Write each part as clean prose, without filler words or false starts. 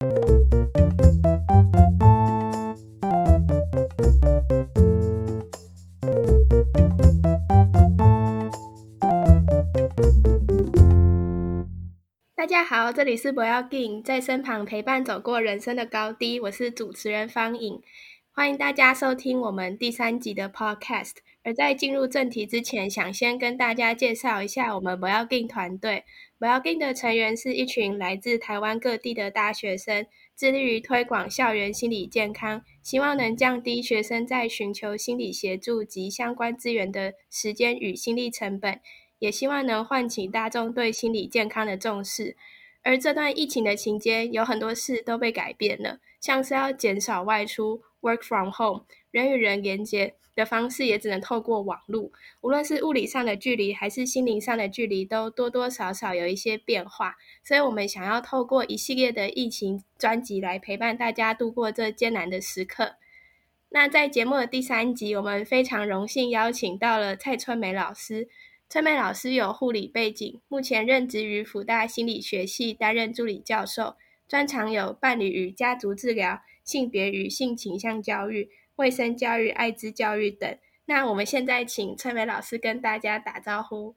大家好，这里是不要紧，在身旁陪伴走过人生的高低，我是主持人方颖，欢迎大家收听我们第3集的 podcast。而在进入正题之前，想先跟大家介绍一下我们不要紧团队。不要紧的成员是一群来自台湾各地的大学生，致力于推广校园心理健康，希望能降低学生在寻求心理协助及相关资源的时间与心力成本，也希望能唤起大众对心理健康的重视。而这段疫情的期间，有很多事都被改变了，像是要减少外出 work from home， 人与人连接的方式也只能透过网络，无论是物理上的距离还是心灵上的距离，都多多少少有一些变化。所以我们想要透过一系列的疫情专辑来陪伴大家度过这艰难的时刻。那在节目的第3集，我们非常荣幸邀请到了蔡春梅老师。春梅老师有护理背景，目前任职于辅大心理学系担任助理教授，专长有伴侣与家族治疗、性别与性倾向教育、卫生教育、艾滋教育等。那我们现在请春梅老师跟大家打招呼。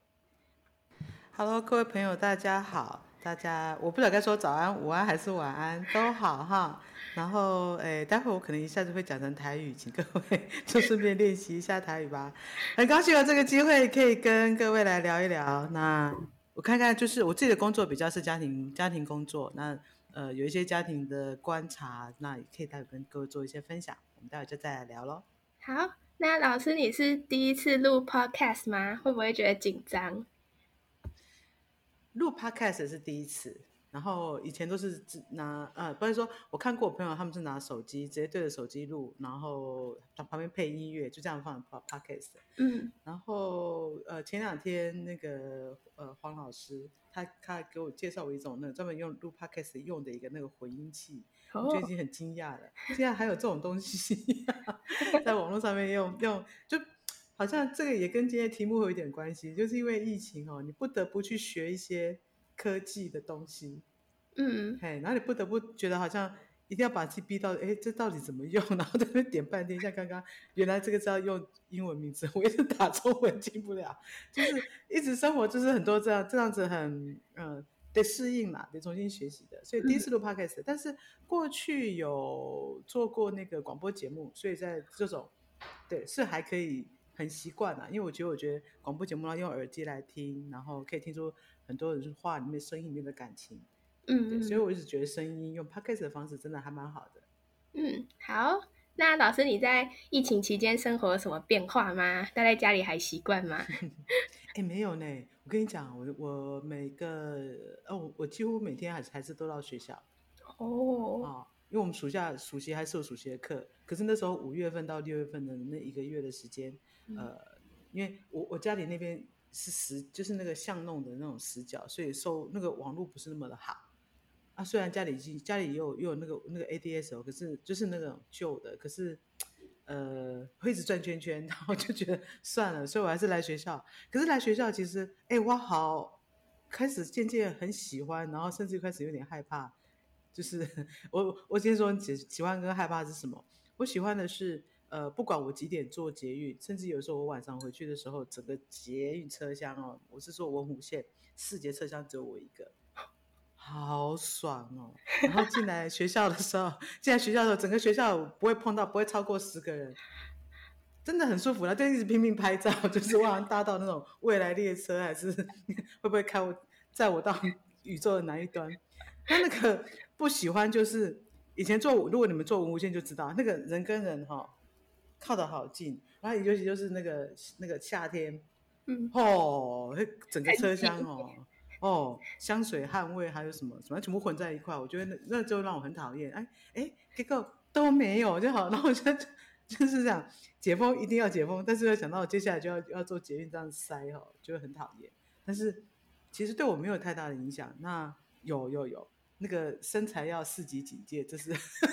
Hello， 各位朋友，大家好。大家我不知道该说早安、午安还是晚安，都好哈。然后，待会我可能一下子会讲成台语，请各位就顺便练习一下台语吧。很高兴有这个机会可以跟各位来聊一聊。那我看看，就是我自己的工作比较是家庭工作，那有一些家庭的观察，那也可以待会跟各位做一些分享。我们待会就再来聊咯。 好，那老师你是第一次录 podcast 吗？会不会觉得紧张？ 录 podcast 是第一次，然后以前都是拿不是说我看过我朋友他们是拿手机直接对着手机录，然后旁边配音乐，就这样放 podcast。然后前2天那个黄老师他给我介绍我一种那个专门用录 podcast 用的一个那个混音器，我觉得已经很惊讶了，竟然还有这种东西在网络上面用就。好像这个也跟今天题目有一点关系，就是因为疫情你不得不去学一些科技的东西，然后你不得不觉得好像一定要把自己逼到，这到底怎么用？然后在那边点半天，像刚刚原来这个是要用英文名字，我一直打中文进不了，就是一直生活就是很多这样子很得适应嘛，得重新学习的。所以第一次录 podcast，但是过去有做过那个广播节目，所以在这种对是还可以。很习惯因为我觉得广播节目要用耳机来听，然后可以听出很多人话里面声音里面的感情，对，所以我一直觉得声音用 podcast 的方式真的还蛮好的。 好，那老师你在疫情期间生活有什么变化吗？待在家里还习惯吗？ 没有呢，我跟你讲，我我几乎每天还是都到学校因为我们暑期还是有暑期的课，可是那时候5月份到6月份的那1个月的时间，因为我家里那边是就是那个巷弄的那种死角，所以那个网络不是那么的好虽然家里也有那个 ADSL， 可是就是那种旧的，可是会一直转圈圈，然后就觉得算了，所以我还是来学校。可是来学校其实我开始渐渐很喜欢，然后甚至开始有点害怕。就是我今天说喜欢跟害怕是什么？我喜欢的是不管我几点坐捷运，甚至有时候我晚上回去的时候，整个捷运车厢我是说文湖线4节车厢只有我一个，好爽然后进来学校的时候，整个学校不会超过10个人，真的很舒服就一直拼命拍照，就是我好像搭到那种未来列车，还是会不会载我到宇宙的哪一端？那个不喜欢就是以前如果你们坐文湖线就知道，那个人跟人靠得好近，然后尤其就是那个夏天，整个车厢香水汗味还有什么全部混在一块，我觉得那就让我很讨厌。结果都没有就好，然后我就是这样，解封一定要解封，但是又想到我接下来就要坐捷运这样塞就会很讨厌。但是其实对我没有太大的影响。那有那个身材要4级警戒，这是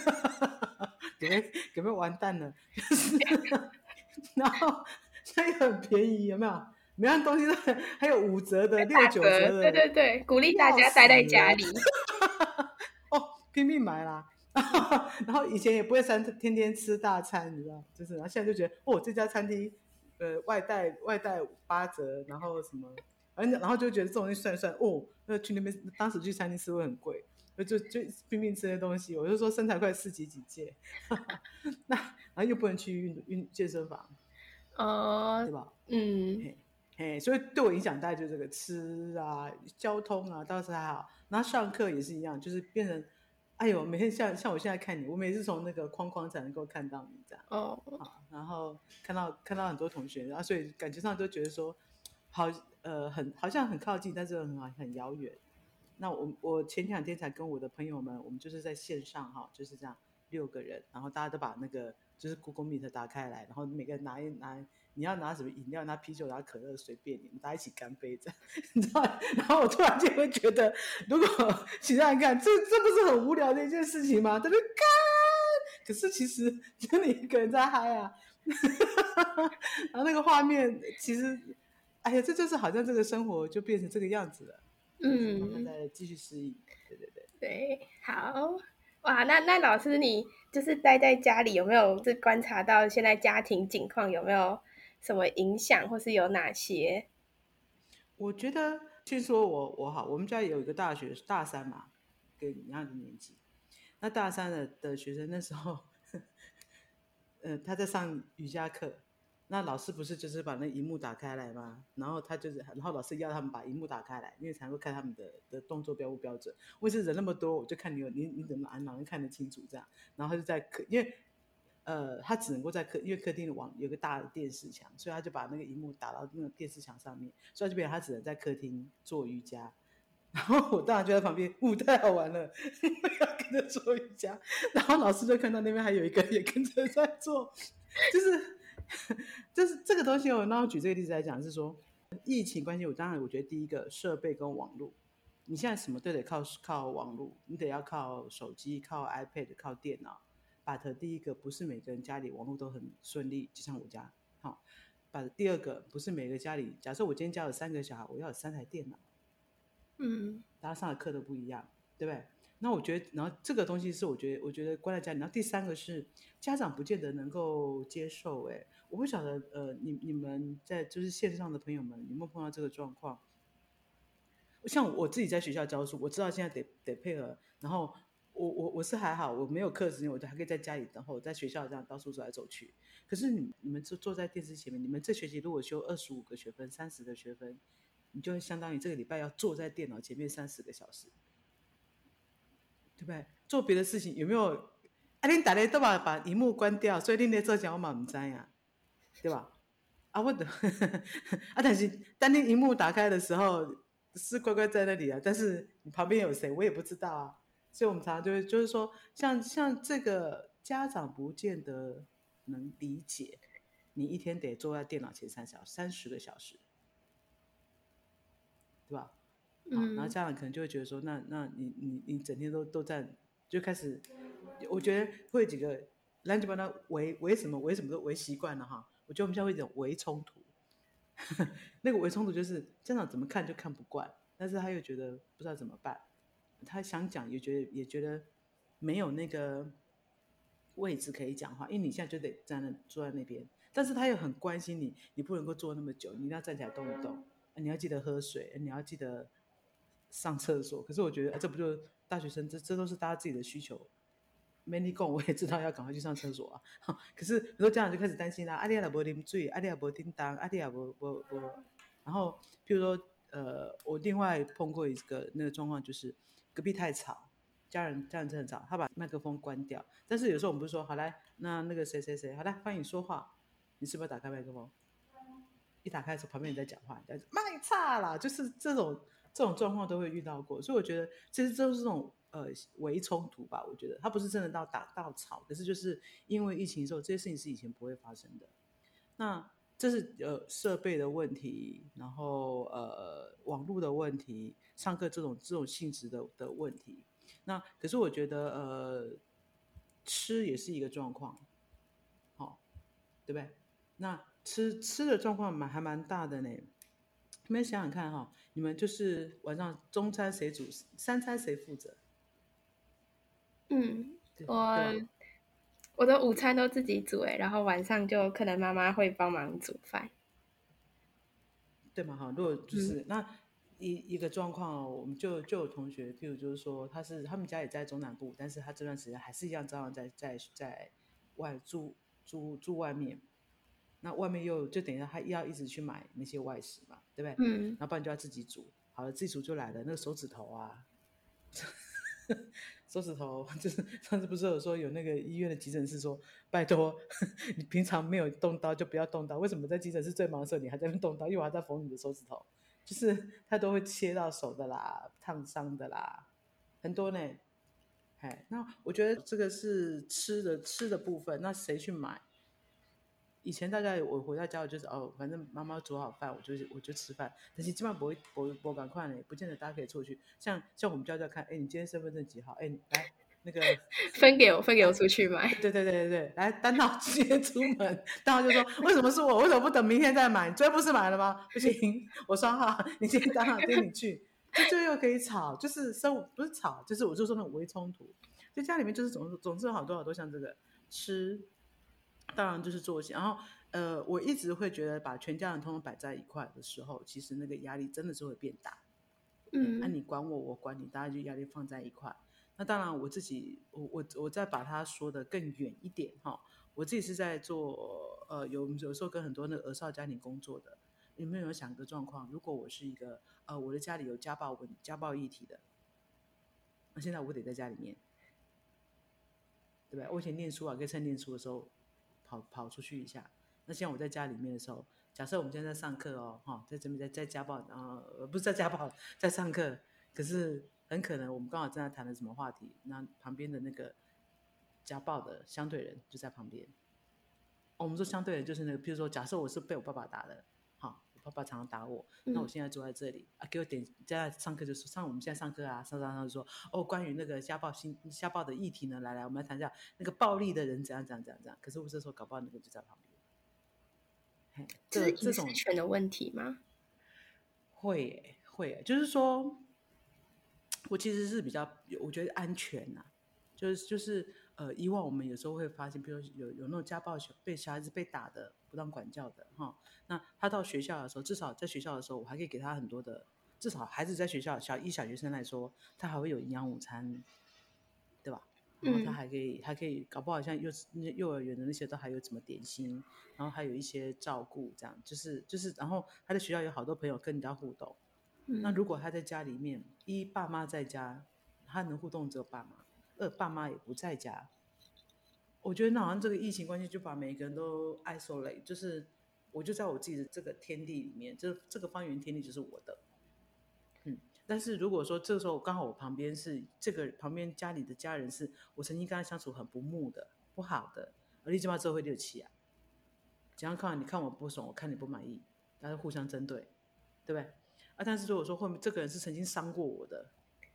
有没有完蛋了？就是然后它也很便宜，有没有？每样东西都还有5折的、6、9折的， 对，鼓励大家待在家里。 拼命买啦。然后以前也不会天天吃大餐，你知道，就是然后现在就觉得这家餐厅外带8折，然后什么，然后就觉得这种东西算一算去那边当时去餐厅吃会很贵，就拼命吃的东西，我就说身材快四级警戒。那然后又不能去健身房，对吧？所以对我影响大概就是这个吃啊、交通啊倒是还好，然后上课也是一样，就是变成哎呦，每天像我现在看你，我每次从那个框框才能够看到你这样好，然后看到很多同学，然后所以感觉上都觉得说好像很靠近，但是很遥远。那我前2天才跟我的朋友们，我们就是在线上就是这样6个人，然后大家都把那个就是 Google Meet 打开来，然后每个人拿你要拿什么饮料，拿啤酒，拿可乐，随便你们大家一起干杯这样，你知道？然后我突然间会觉得，如果其他人看，这不是很无聊的一件事情吗？他就干，可是其实就你一个人在嗨啊，然后那个画面其实，哎呀，这就是好像这个生活就变成这个样子了。慢慢再继续适应， 对，好哇，那老师你就是待在家里，有没有观察到现在家庭境况有没有什么影响，或是有哪些？ 我觉得，先说我们家有一个大3嘛，跟你一样的年纪，那大3的学生那时候，他在上瑜伽课。那老师不是就是把那荧幕打开来吗？然后老师要他们把荧幕打开来，因为才能够看他们的动作标不标准。为是人那么多，我就看你怎么哪能看得清楚这样。然后他就在课，因为他只能够在因为客厅有个大的电视墙，所以他就把那个荧幕打到那个电视墙上面，所以就变成他只能在客厅做瑜伽。然后我当然就在旁边，太好玩了，要跟着做瑜伽。然后老师就看到那边还有一个也跟着在做，就是这个东西。那我举这个例子来讲，是说疫情关系，我觉得第一个设备跟网络，你现在什么都得靠网络，你得要靠手机、靠 iPad、靠电脑。But 第一个不是每个人家里网络都很顺利，就像我家。好，But 第二个不是每个家里，假设我今天家有3个小孩，我要有3台电脑，大家上的课都不一样，对不对？那我觉得，然后这个东西是我觉得关在家里。然后第3个是家长不见得能够接受。我不晓得你们在就是线上的朋友们有没有碰到这个状况？像我自己在学校教书，我知道现在得配合。然后我是还好，我没有课时间，我还可以在家里，然后在学校这样到处走来走去。可是你们坐在电视前面，你们这学期如果修25个学分、30个学分，你就会相当于这个礼拜要坐在电脑前面30个小时。对不对？做别的事情有没有？你大家都把荧幕关掉，所以你在做什么我嘛不知呀，对吧？我的但是当你荧幕打开的时候是乖乖在那里啊，但是你旁边有谁我也不知道啊。所以我们常常就是说，像这个家长不见得能理解，你一天得坐在电脑前30个小时，对吧？好，然后家长可能就会觉得说，那你整天都在，就开始，我觉得会有几个，然后就把它为什么都为习惯了哈。我觉得我们现在会有一种为冲突，那个为冲突就是家长怎么看就看不惯，但是他又觉得不知道怎么办，他想讲也觉得没有那个位置可以讲话，因为你现在就得坐在那边，但是他又很关心你，你不能够坐那么久，你一定要站起来动一动，你要记得喝水，你要记得上厕所。可是我觉得这不就大学生，这都是大家自己的需求。Many 共我也知道要赶快去上厕所啊，可是很多家长就开始担心啦，你也没喝水，你也没叮当，你也没，然后譬如说我另外碰过一个那个状况，就是隔壁太吵，家人真的很吵，他把麦克风关掉。但是有时候我们不是说好来，那个谁，好来欢迎说话，你是不是打开麦克风？一打开的时候，旁边人在讲话，你在卖差啦，就是这种状况都会遇到过。所以我觉得其实都是这种微冲突吧。我觉得它不是真的到吵，可是就是因为疫情的时候，这些事情是以前不会发生的。那这是设备的问题，然后网络的问题，上课这种性质的问题。那可是我觉得吃也是一个状况，对不对？那吃的状况还蛮大的呢。你们想想看你们就是晚上中餐谁煮，3餐谁负责？ 我的午餐都自己煮然后晚上就可能妈妈会帮忙煮饭， 对嘛哈？如果就是那一个状况我们就有同学，譬如就是说他们家也在中南部，但是他这段时间还是一样照样在外住外面，那外面又就等于他要一直去买那些外食嘛，对不对？然后不然就要自己煮，好了自己煮就来了，那个手指头啊。手指头就是上次不是有说有那个医院的急诊室说拜托你平常没有动刀就不要动刀，为什么在急诊室最忙的时候你还在那动刀，因为我还在缝你的手指头，就是他都会切到手的啦，烫伤的啦，很多呢。那我觉得这个是吃的部分，那谁去买？以前大概我回到家我就是反正妈妈煮好饭我就吃饭，但是基本上不赶快呢，不见得大家可以出去。像我们家在看，你今天身份证几号？来那个分给我出去买。 对，来单号今天出门，单号就说为什么是我？为什么不等明天再买？你昨天不是买了吗？不行，我双号，你今天单号今天你去，就又可以吵，就是不是吵，就是我就说那种微冲突，就家里面就是总是有好多像这个吃。当然就是作息，然后我一直会觉得把全家人通通摆在一块的时候，其实那个压力真的是会变大。你管我，我管你，大家就压力放在一块。那当然我自己，我再把它说的更远一点哈，我自己是在做有时候跟很多那个儿少家庭工作的，有没有想个状况？如果我是一个我的家里有家暴议题的，那现在我得在家里面，对不对？我以前念书可以趁念书的时候跑出去一下。那现在我在家里面的时候，假设我们现在在上课在这边在家暴不是在家暴，在上课，可是很可能我们刚好正在谈的什么话题，那旁边的那个家暴的相对人就在旁边。我们说相对人就是那个，比如说假设我是被我爸爸打的，我爸爸常常打我，那我现在坐在这里给我点在上课，就是我们现在上课上就说关于那个家暴的议题呢，来我们来谈一下那个暴力的人怎样，可是我这时候搞不好那个就在旁边。 这是隐私权的问题吗？ 会就是说我其实是比较我觉得安全就是以往我们有时候会发现，比如有那种家暴被小孩子被打的不当管教的那他到学校的时候，至少在学校的时候我还可以给他很多的，至少孩子在学校小学生来说，他还会有营养午餐，对吧？然后他还可以搞不好像幼儿园的那些都还有什么点心，然后还有一些照顾，这样就是然后他在学校有好多朋友跟人家互动。那如果他在家里面，爸妈在家，他能互动只有爸妈，爸妈也不在家，我觉得那好像这个疫情关系就把每个人都 isolate， 就是我就在我自己的这个天地里面，这个方圆天地就是我的。但是如果说这个时候刚好我旁边是这个旁边家里的家人是我曾经跟他相处很不睦的不好的，而你起码之后会气怎样看你看我不爽，我看你不满意，大家互相针对，对不对？但是如果说后面这个人是曾经伤过我的，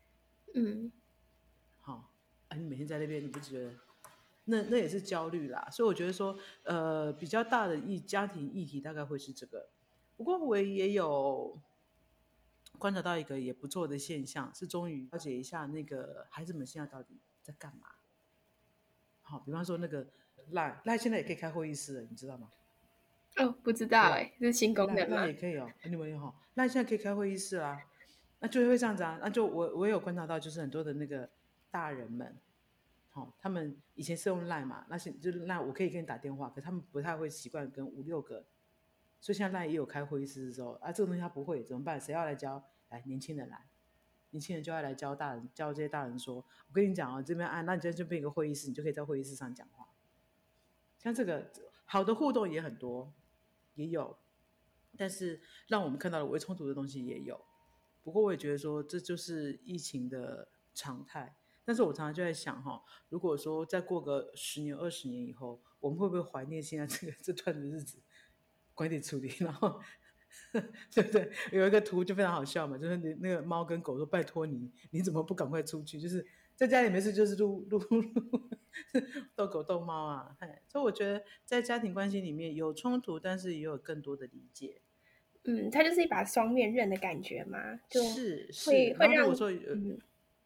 你每天在那边你不觉得那也是焦虑啦？所以我觉得说比较大的家庭议题大概会是这个。不过我也有观察到一个也不错的现象，是终于了解一下那个孩子们现在到底在干嘛。比方说那个赖现在也可以开会议室了，你知道吗？ 不知道这是新功能吗？ 赖也可以你们赖现在可以开会议室啦，那就会这样子那就我有观察到，就是很多的那个大人们，他们以前是用赖嘛，就是赖我可以跟你打电话，可他们不太会习惯跟5-6个，所以现在赖也有开会议室的时候这个东西他不会怎么办？谁要来教？来年轻人来，年轻人就要来教这些大人说，我跟你讲这边那你这边就变一个会议室，你就可以在会议室上讲话。像这个好的互动也很多，也有，但是让我们看到了微冲突的东西也有。不过我也觉得说这就是疫情的常态。但是我常常就在想如果说再过个10年20年以后，我们会不会怀念现在这段的日子，快点处理，然后对不对？有一个图就非常好笑嘛，就是那个猫跟狗说拜托你怎么不赶快出去，就是在家里没事就是录逗狗逗猫所以我觉得在家庭关系里面有冲突，但是也有更多的理解。 它就是一把双面刃的感觉嘛，就会然后如让果说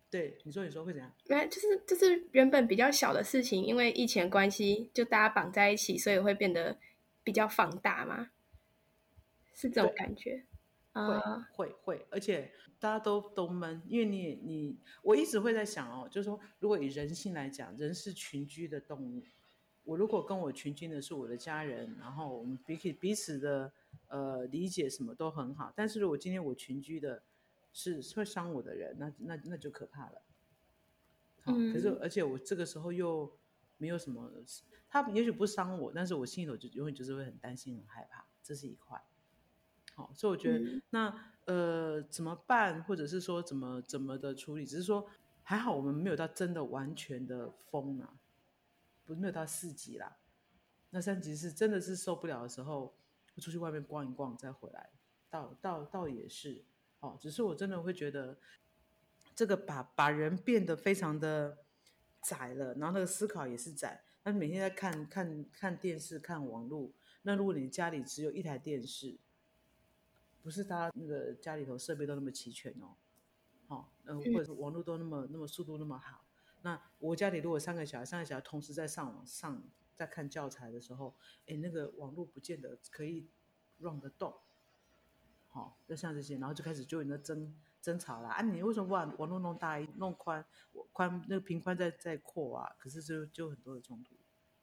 对，你说会怎样？ 就是原本比较小的事情，因为疫情关系，就大家绑在一起，所以会变得比较放大嘛，是这种对， 感觉会，而且大家都闷，因为我一直会在想哦，就是说，如果以人性来讲，人是群居的动物。我如果跟我群居的是我的家人，然后我们彼此的理解什么都很好，但是如果今天我群居的是会伤我的人，那就可怕了。好，可是而且我这个时候又没有什么，他也许不伤我，但是我心里头就永远就是会很担心、很害怕，这是一块。好，所以我觉得那怎么办，或者是说怎么的处理，只是说还好我们没有到真的完全的疯啊，不是没有到4级啦。那3级是真的是受不了的时候，会出去外面逛一逛再回来，倒也是。哦，只是我真的会觉得这个把人变得非常的窄了，然后那个思考也是窄。那每天在看电视、看网络，那如果你家里只有一台电视，不是大家那个家里头设备都那么齐全哦，或者是网络都那么速度那么好，那我家里如果3个小孩同时在上网在看教材的时候，那个网络不见得可以 run 得动，好，就像这些，然后就开始就有那争吵啦。你为什么不把网络弄大弄宽，那个频宽再扩啊？可是就很多的冲突。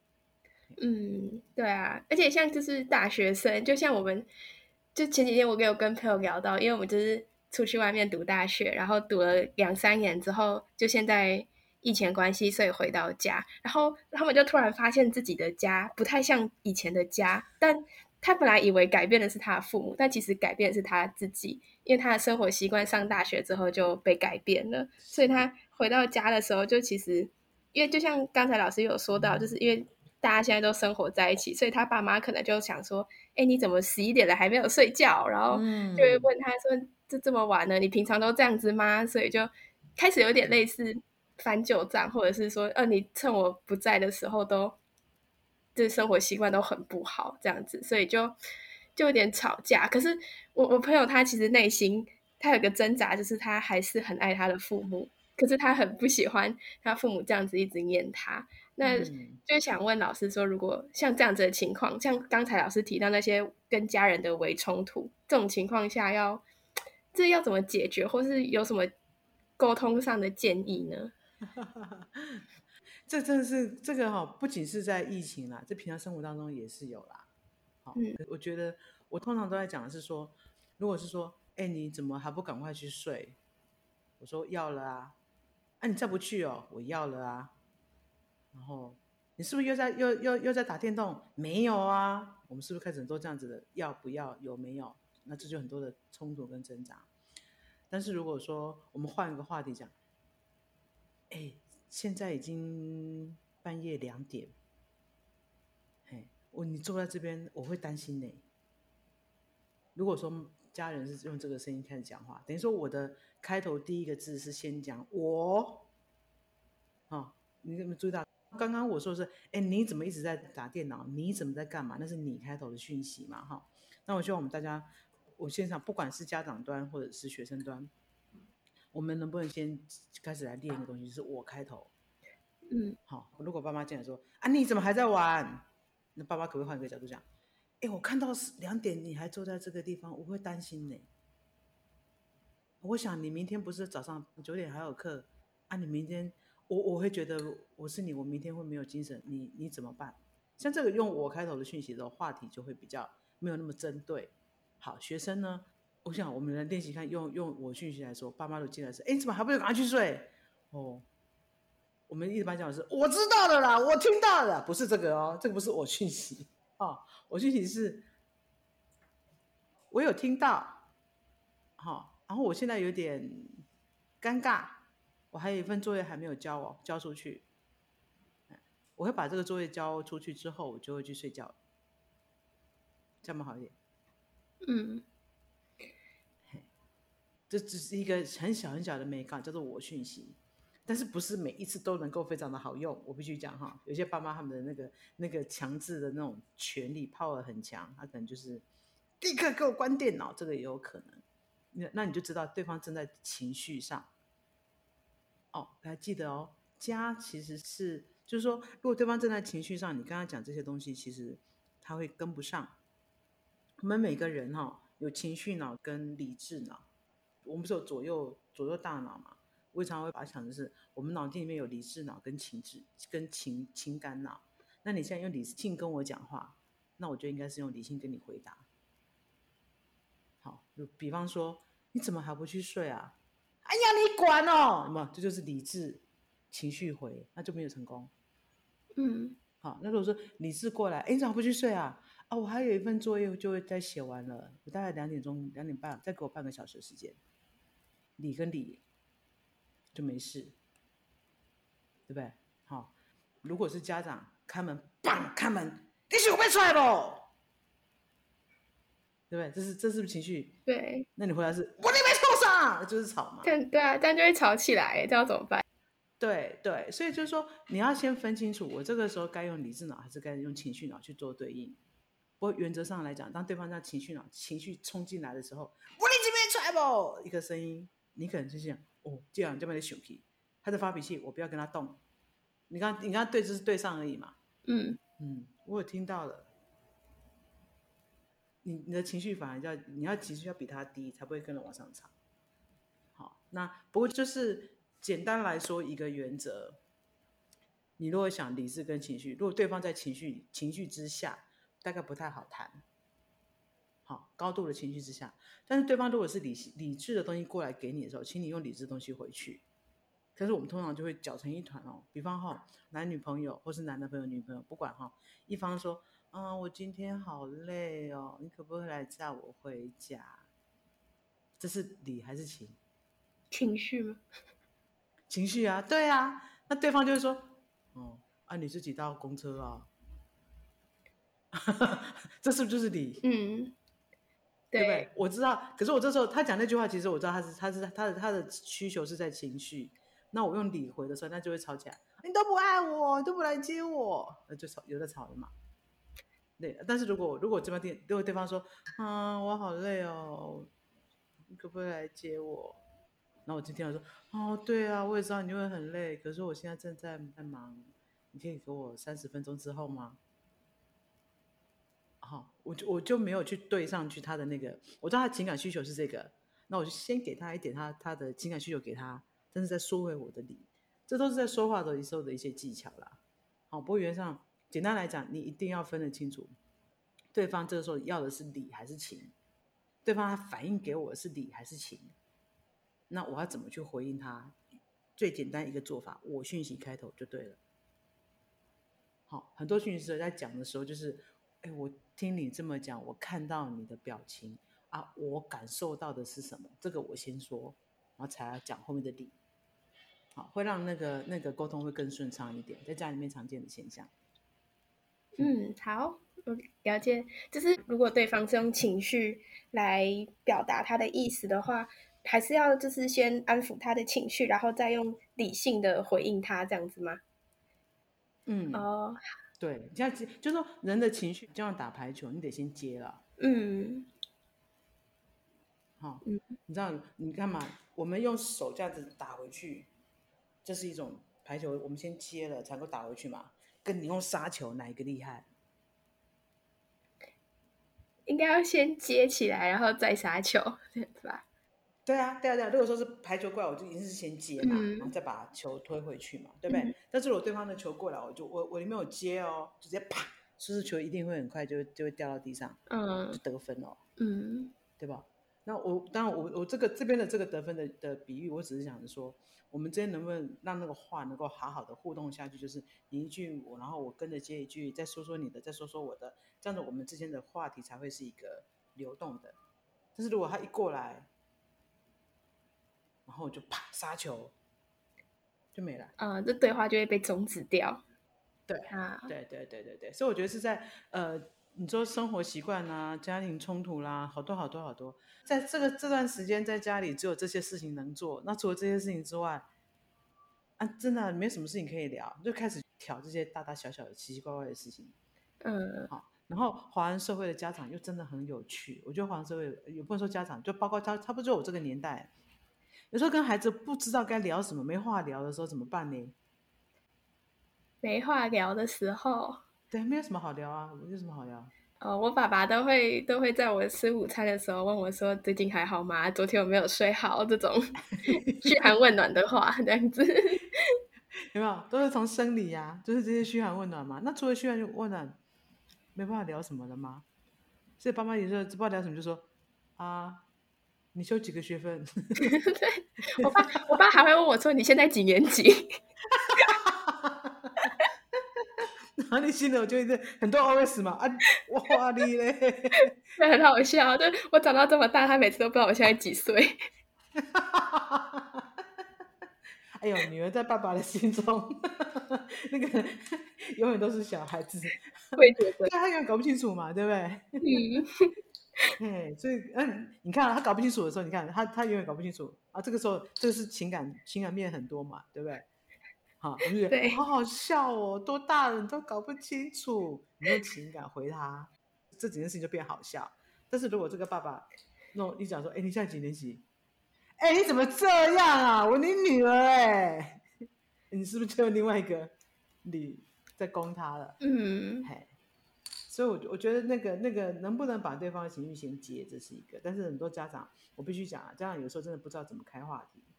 对啊，而且像就是大学生，就像我们，就前几天我有跟朋友聊到，因为我们就是出去外面读大学，然后读了2-3年之后，就现在疫情关系，所以回到家，然后他们就突然发现自己的家不太像以前的家，但他本来以为改变的是他的父母，但其实改变的是他自己，因为他的生活习惯上大学之后就被改变了，所以他回到家的时候，就其实因为就像刚才老师有说到，就是因为大家现在都生活在一起，所以他爸妈可能就想说：“哎，你怎么11点了还没有睡觉？”然后就会问他说：这么晚了，你平常都这样子吗？”所以就开始有点类似翻旧账，或者是说：你趁我不在的时候就是生活习惯都很不好，这样子，所以就有点吵架。可是我朋友他其实内心他有个挣扎，就是他还是很爱他的父母，可是他很不喜欢他父母这样子一直念他。那就想问老师说，如果像这样子的情况，像刚才老师提到那些跟家人的微冲突，这种情况下要怎么解决，或是有什么沟通上的建议呢？ 这真的是这个不仅是在疫情啦，在平常生活当中也是有啦。我觉得我通常都在讲的是说，如果是说，你怎么还不赶快去睡？我说要了啊，你再不去哦，我要了啊。然后你是不是又在打电动？没有啊，我们是不是开始很多这样子的要不要有没有？那这就很多的冲突跟挣扎。但是如果说我们换一个话题讲，现在已经半夜2点，你坐在这边，我会担心呢。如果说家人是用这个声音开始讲话，等于说我的开头第一个字是先讲我，你有没有注意到？刚刚我说的是，你怎么一直在打电脑？你怎么在干嘛？那是你开头的讯息嘛，那我希望我们大家，我现场不管是家长端或者是学生端，我们能不能先开始来练一个东西，就是我开头。好，如果爸妈进来说你怎么还在玩？那爸妈可不可以换一个角度讲？我看到2点你还坐在这个地方，我会担心呢。我想你明天不是早上9点还有课你明天我会觉得我是你，我明天会没有精神，你怎么办？像这个用我开头的讯息的话题就会比较没有那么针对。好，学生呢，我想我们来练习看，用我讯息来说，爸妈都进来是，你怎么还不赶快去睡？我们一般讲的是我知道了啦，我听到了，不是这个哦，这个不是我讯息我讯息是我有听到，然后我现在有点尴尬，我还有一份作业还没有交出去，我会把这个作业交出去之后，我就会去睡觉，这样好一点。这只是一个很小很小的美感，叫做我讯息，但是不是每一次都能够非常的好用，我必须讲有些爸妈他们的那个强制的那种权力 power 很强，他可能就是立刻给我关电脑，这个也有可能。那你就知道对方正在情绪上还记得哦，家其实是就是说，如果对方正在情绪上，你跟他讲这些东西，其实他会跟不上。我们每个人有情绪脑跟理智脑，我们不是有左右大脑嘛？我常常会把它想的是，我们脑筋里面有理智脑跟情感脑。那你现在用理性跟我讲话，那我就应该是用理性跟你回答。好，就比方说，你怎么还不去睡啊？哎呀，你管哦，有没有？这就是理智情绪回，那就没有成功。好，那如果说理智过来，哎，你怎么不去睡啊？啊，我还有一份作业就会再写完了，我大概2点半，再给我半个小时的时间。理跟理就没事，对不对？好，如果是家长开门，砰，开门，你是有被出来不？对不对？这是不是情绪？ 对。 那你回答是，我你没受伤，就是吵嘛。 对啊，这样就会吵起来，这要怎么办？ 对对，所以就是说，你要先分清楚，我这个时候该用理智脑还是该用情绪脑去做对应。不过原则上来讲，当对方在情绪冲进来的时候，我你这边出来不？一个声音，你可能就想，哦，这样这边的生气，他在发脾气，我不要跟他动。你刚刚对就是对上而已嘛。我有听到了。你的情绪反而你要情绪要比他低，才不会跟着往上吵。好，那不过就是简单来说一个原则，你如果想理智跟情绪，如果对方在情绪之下，大概不太好谈。好，高度的情绪之下，但是对方如果是理智的东西过来给你的时候，请你用理智的东西回去。可是我们通常就会搅成一团哦。比方男女朋友或是男的朋友、女朋友，不管一方说，我今天好累哦，你可不可以来载我回家？这是理还是情？ 情绪吗？ 情绪啊，对啊。那对方就会说，你自己搭公车啊。这是不是就是理？对不对？我知道，可是我这时候他讲那句话，其实我知道他的需求是在情绪。那我用理回的时候，那就会吵起来。你都不爱我，你都不来接我，那就有的吵了嘛。对，但是如果如果对方说，我好累哦，你可不可以来接我？然后我就听到说，对啊，我也知道你会很累，可是我现在正在忙，你可以给我30分钟之后吗？我就没有去对上去他的那个，我知道他的情感需求是这个，那我就先给他一点他的情感需求给他，但是再说回我的理，这都是在说话的时候的一些技巧啦。不过原则上简单来讲，你一定要分得清楚，对方这个时候要的是理还是情，对方他反应给我的是理还是情，那我要怎么去回应他？最简单一个做法，我讯息开头就对了。很多讯息师在讲的时候就是，我听你这么讲，我看到你的表情啊，我感受到的是什么？这个我先说，然后才要讲后面的理。会让那个沟通会更顺畅一点，在家里面常见的现象。 好，我了解。就是如果对方是用情绪来表达他的意思的话，还是要就是先安抚他的情绪，然后再用理性的回应他，这样子吗？ 对，这样就是说人的情绪就像打排球，你得先接了。你知道你干嘛？我们用手这样子打回去，这是一种排球，我们先接了才能够打回去嘛。跟你用杀球哪一个厉害？ 应该要先接起来，然后再杀球，这样子吧？ 对啊。如果说是排球过来，我就一定是先接嘛，然后再把球推回去嘛，对不对？但是如果对方的球过来，我里面有接哦，直接啪，是不是球一定会很快就会掉到地上，就得分哦，对吧？那当然我这边的这个得分的比喻，我只是想着说，我们之间能不能让那个话能够好好的互动下去，就是你一句我，然后我跟着接一句，再说说你的，再说说我的，这样子我们之间的话题才会是一个流动的。但是如果他一过来，然后就啪杀球，就没了。 这对话就会被终止掉。 对，所以我觉得是在你说生活习惯啊、家庭冲突啦，好多，在这段时间在家里只有这些事情能做。那除了这些事情之外，真的没什么事情可以聊，就开始挑这些大大小小的奇奇怪怪的事情。然后华人社会的家长又真的很有趣，我觉得华人社会也不能说家长，就包括差不多我这个年代， 有时候跟孩子不知道该聊什么，没话聊的时候怎么办呢？ 没话聊的时候， 对，没有什么好聊啊，有什么好聊？ 我爸爸都会在我吃午餐的时候问我说：“最近还好吗？昨天有没有睡好？”这种嘘寒问暖的话，这样子。 有没有？都是从生理呀、就是这些嘘寒问暖嘛。那除了嘘寒问暖，没办法聊什么了吗？所以爸妈有时候不知道聊什么，就说啊，你修几个学分？ 对，我爸还会问我说：“你现在几年级？” 然后你心里就一直很多 OS 嘛啊，哇你嘞！ 对，很好笑。就我长到这么大，他每次都不知道我现在几岁。 哎呦，女儿在爸爸的心中，那个永远都是小孩子， 我也觉得， 对他永远搞不清楚嘛，对不对？ 嗯， 嘿，所以你看他搞不清楚的时候，你看他永远搞不清楚啊。这个时候，这个是情感面很多嘛，对不对？好，我就觉得对， 好好笑哦，多大人都搞不清楚，你用情感回他，这整件事情就变好笑。但是如果这个爸爸你讲说，哎，你现在几年级？哎，你怎么这样啊？我你女儿哎，你是不是就有另外一个你在攻他了？ 嗯， 嘿，所以我觉得那个能不能把对方的情绪先接，这是一个。但是很多家长，我必须讲啊，家长有时候真的不知道怎么开话题。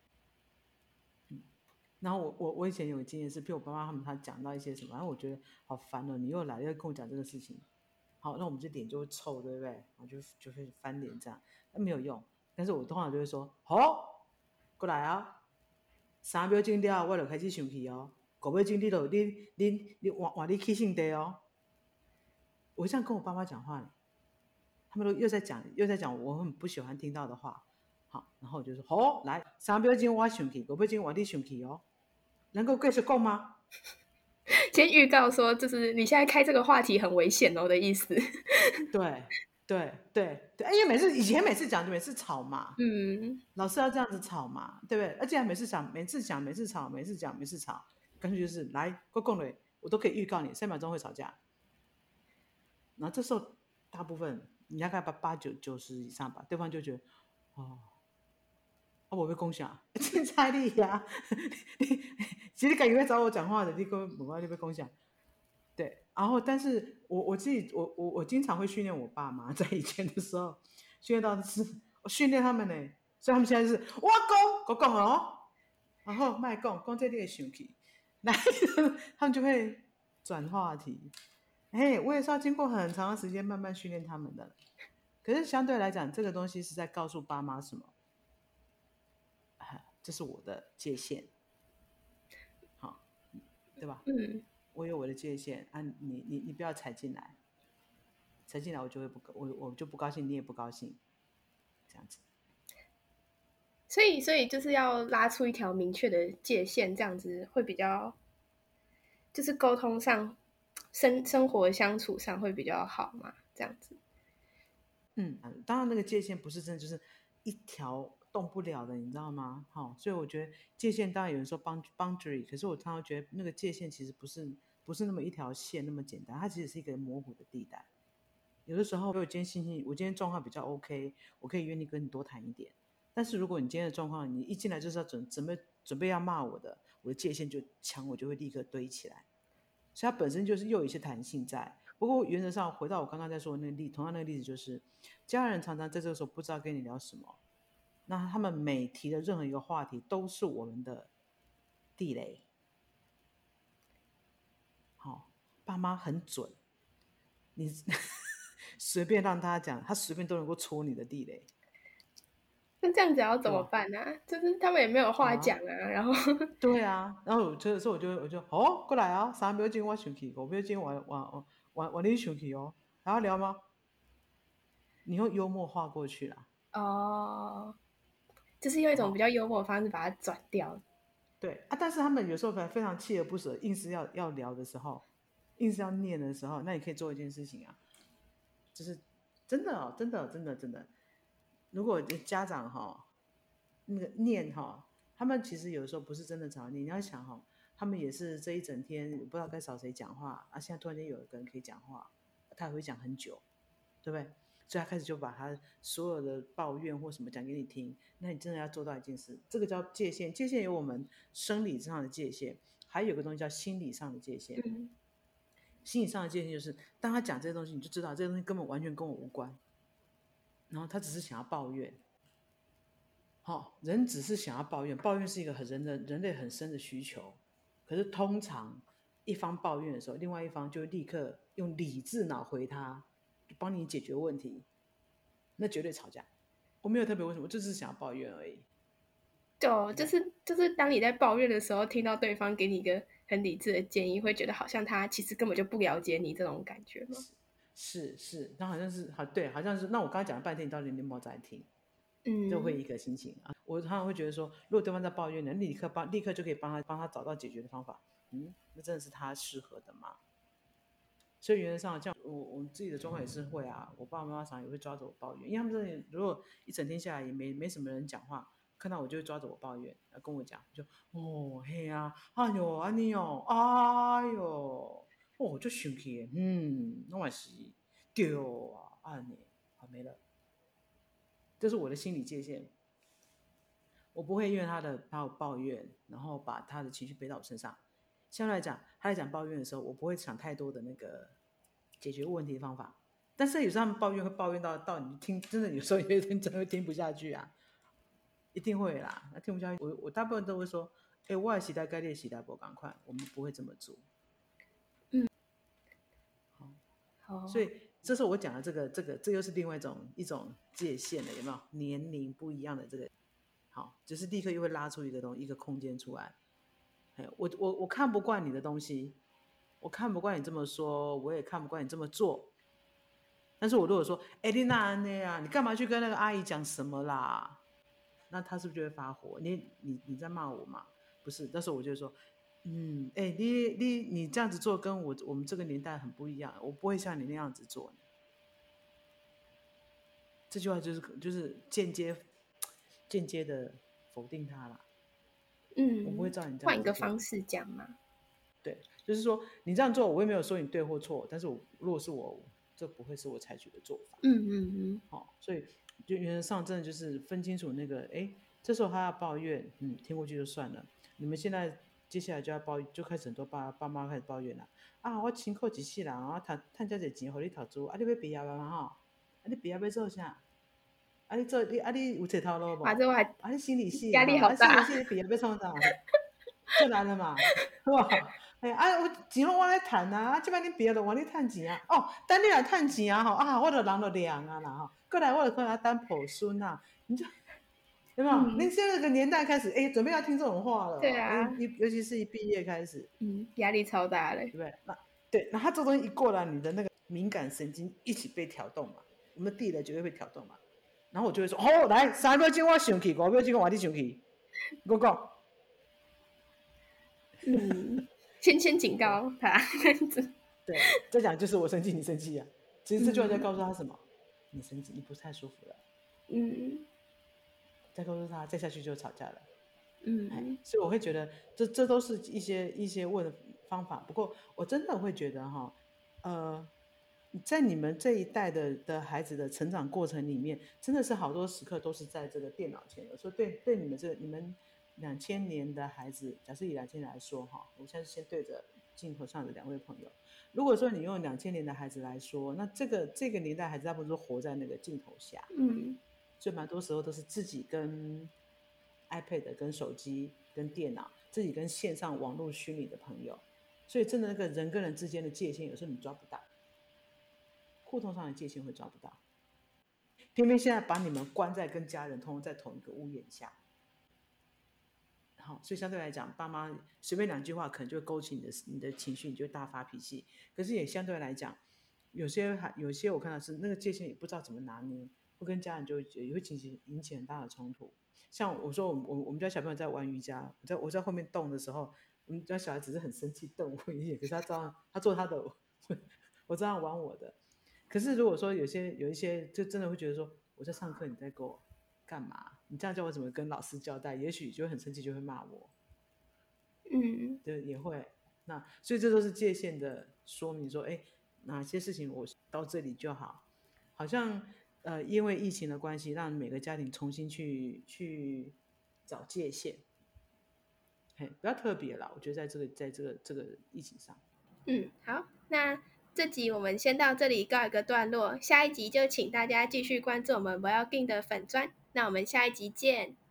然后我以前有个经验是，譬如我爸妈他讲到一些什么，然后我觉得好烦哦，你又来又跟我讲这个事情，好，那我们这脸就会臭，对不对？然后就会翻脸这样，那没有用。但是我通常就会说，好，过来啊，3秒钟了，我就开始生气哦，5秒钟你换你起性地哦。我这样跟我爸妈讲话呢，他们都又在讲我很不喜欢听到的话。好，然后我就说，好，来3秒钟我生气，5秒钟换你生气哦。能够继续讲吗？ 先预告说，就是你现在开这个话题很危险哦的意思。 对对，因为以前每次讲就每次吵嘛， 嗯， 老师要这样子吵嘛，对不对？而且每次讲每次讲每次吵，每次讲每次吵，干脆就是来够共了，我都可以预告你3秒钟会吵架。然后这时候大部分你大概8、9、90以上吧，对方就觉得哦，我被共享，精彩力呀！其实感觉找我讲话的，你根本不要被共享。对，然后但是我自己我经常会训练我爸妈，在以前的时候训练到的是我训练他们呢，所以他们现在是我讲哦，然后卖讲这里的生气，来他们就会转话题。哎，我也是要经过很长的时间慢慢训练他们的。可是相对来讲，这个东西是在告诉爸妈什么？这是我的界限，好，对吧？ 嗯， 我有我的界限啊，你不要踩进来，踩进来我就会我就不高兴，你也不高兴，这样子。 所以就是要拉出一条明确的界限，这样子会比较，就是沟通上、生活相处上会比较好嘛，这样子。 当然那个界限不是真的就是一条动不了的，你知道吗？好，所以我觉得界限当然有人说 boundary，可是我常常觉得那个界限其实不是那么一条线那么简单，它其实是一个模糊的地带。有的时候，我今天状况比较 OK，我可以愿意跟你多谈一点。但是如果你今天的状况，你一进来就是要准备要骂我的，我的界限墙我就会立刻堆起来。所以它本身就是又有一些弹性在。不过原则上，回到我刚刚在说的同样那个例子，就是家人常常在这个时候不知道跟你聊什么，那他们每提的任何一个话题都是我们的地雷。好，爸妈很准，你随便让他讲，他随便都能够戳你的地雷。 那这样子要怎么对吧？ 办呢？就是他们也没有话讲啊， 啊，然后对啊，然后这时候我就哦过来啊，3秒钟我生气，5秒钟我你生气哦，还要聊吗？你用幽默化过去啦。 哦，就是用一种比好， 较幽默的方式把它转掉。 对啊，但是他们有时候非常锲而不舍，硬是要聊的时候，硬是要念的时候，那你可以做一件事情啊，就是真的哦，真的，如果家长那个念他们其实有时候不是真的找你，你要想他们也是这一整天不知道该找谁讲话啊，现在突然间有一个人可以讲话，他也会讲很久，对不对？ 所以他开始就把他所有的抱怨或什么讲给你听。那你真的要做到一件事，这个叫界限。界限有我们生理上的界限，还有个东西叫心理上的界限。心理上的界限就是当他讲这些东西，你就知道这些东西根本完全跟我无关，然后他只是想要抱怨。人只是想要抱怨，抱怨是一个人类很深的需求。可是通常一方抱怨的时候，另外一方就立刻用理智脑回他，帮你解决问题，那绝对吵架。我没有特别为什么，就是想要抱怨而已。 就是当你在抱怨的时候，听到对方给你一个很理智的建议，会觉得好像他其实根本就不了解你这种感觉吗？ 是，那好像是对，好像是。那我刚才讲了半天，你到底有没有在听？就会一个心情啊。我常常会觉得说，如果对方在抱怨，你立刻就可以帮他找到解决的方法。那真的是他适合的吗？所以原则上，像我们自己的状况也是会啊，我爸爸妈妈常常也会抓着我抱怨，因为他们这里如果一整天下来也没什么人讲话，看到我就会抓着我抱怨，跟我讲，就嘿啊，哎呦安尼哦，哎呦，我就生气，那也是对啊，安尼好没了，这是我的心理界限。我不会因为他的抱怨，然后把他的情绪背到我身上。相对来讲，他在讲抱怨的时候，我不会想太多的那个解决问题的方法。但是有时候他们抱怨会抱怨到你听，真的有时候有一天真的会听不下去啊，一定会啦。那听不下去，我大部分都会说，我的时代跟你的时代不赶快，我们不会这么做。所以这是我讲的这又是另外一种界限了，有没有？年龄不一样的这个。好，只是立刻又会拉出一个空间出来。我看不惯你的东西，我看不惯你这么说，我也看不惯你这么做。但是我如果说，丽娜那样，你干嘛去跟那个阿姨讲什么啦？那她是不是就会发火？你在骂我嘛？不是，那时候我就说，你这样子做跟我们这个年代很不一样，我不会像你那样子做。这句话就是间接的否定他啦。我不会照你这样子做。 换一个方式讲嘛。 对，就是说你这样做，我也没有说你对或错，但是如果是我，这不会是我采取的做法。所以就原则上真的就是分清楚那个，这时候他要抱怨，听过去就算了。你们现在接下来就要就开始很多爸妈开始抱怨了啊！我辛苦一世人啊，赚这些钱，给你投资，啊，你要毕业吗？啊，你毕业要做啥？啊，你有这头路不？啊，你心理系压力好大。 心理系你毕业要创啥？就来了嘛，是吧？我钱我来赚啊，这摆你毕业就往你赚钱啊。等你来赚钱啊，我就人就凉啊啦过来我就可能当抱孙啊，你就有没有？你现在这个年代开始，准备要听这种话了。 对啊， 尤其是一毕业开始， 压力超大嘞， 对不对？那他这东西一过来，你的那个敏感神经一起被挑动嘛，我们的地雷绝对会挑动嘛。然后我就会说，来3秒钟我生气，5秒钟我你生气，我讲。 先警告他。 对，再讲就是我生气，你生气啊。其实这句话在告诉他什么？你生气，你不太舒服了。再告诉他，再下去就吵架了。所以我会觉得这都是一些问的方法。不过我真的会觉得在你们这一代的孩子的成长过程里面，真的是好多时刻都是在这个电脑前。有时候对你们2000年的孩子，假设以2000年来说我现在先对着镜头上的2位朋友，如果说你用2000年的孩子来说，那这个年代孩子大部分都活在那个镜头下，所以蛮多时候都是自己跟 iPad、跟手机、跟电脑，自己跟线上网络虚拟的朋友，所以真的那个人跟人之间的界限，有时候你抓不到，互动上的界限会抓不到，偏偏现在把你们关在跟家人通通在同一个屋檐下。所以相对来讲，爸妈随便2句话可能就会勾起你的情绪，你就会大发脾气。可是也相对来讲，有些我看到是那个界限也不知道怎么拿捏，会跟家人也会引起很大的冲突。像我说我们家小朋友在玩瑜伽，我在后面动的时候，我们家小孩只是很生气瞪我一眼，可是他做他的，我这样玩我的。可是如果说有一些就真的会觉得说我在上课，你在给我干嘛？你这样叫我怎么跟老师交代？也许就会很生气，就会骂我。对，也会。那所以这都是界限的说明，说哪些事情我到这里就好。 好像因为疫情的关系，让每个家庭重新去找界限，比较特别啦。我觉得在这个疫情上。 好，那这集我们先到这里告一个段落，下一集就请大家继续关注我们 Well Being 的粉专，那我们下一集见。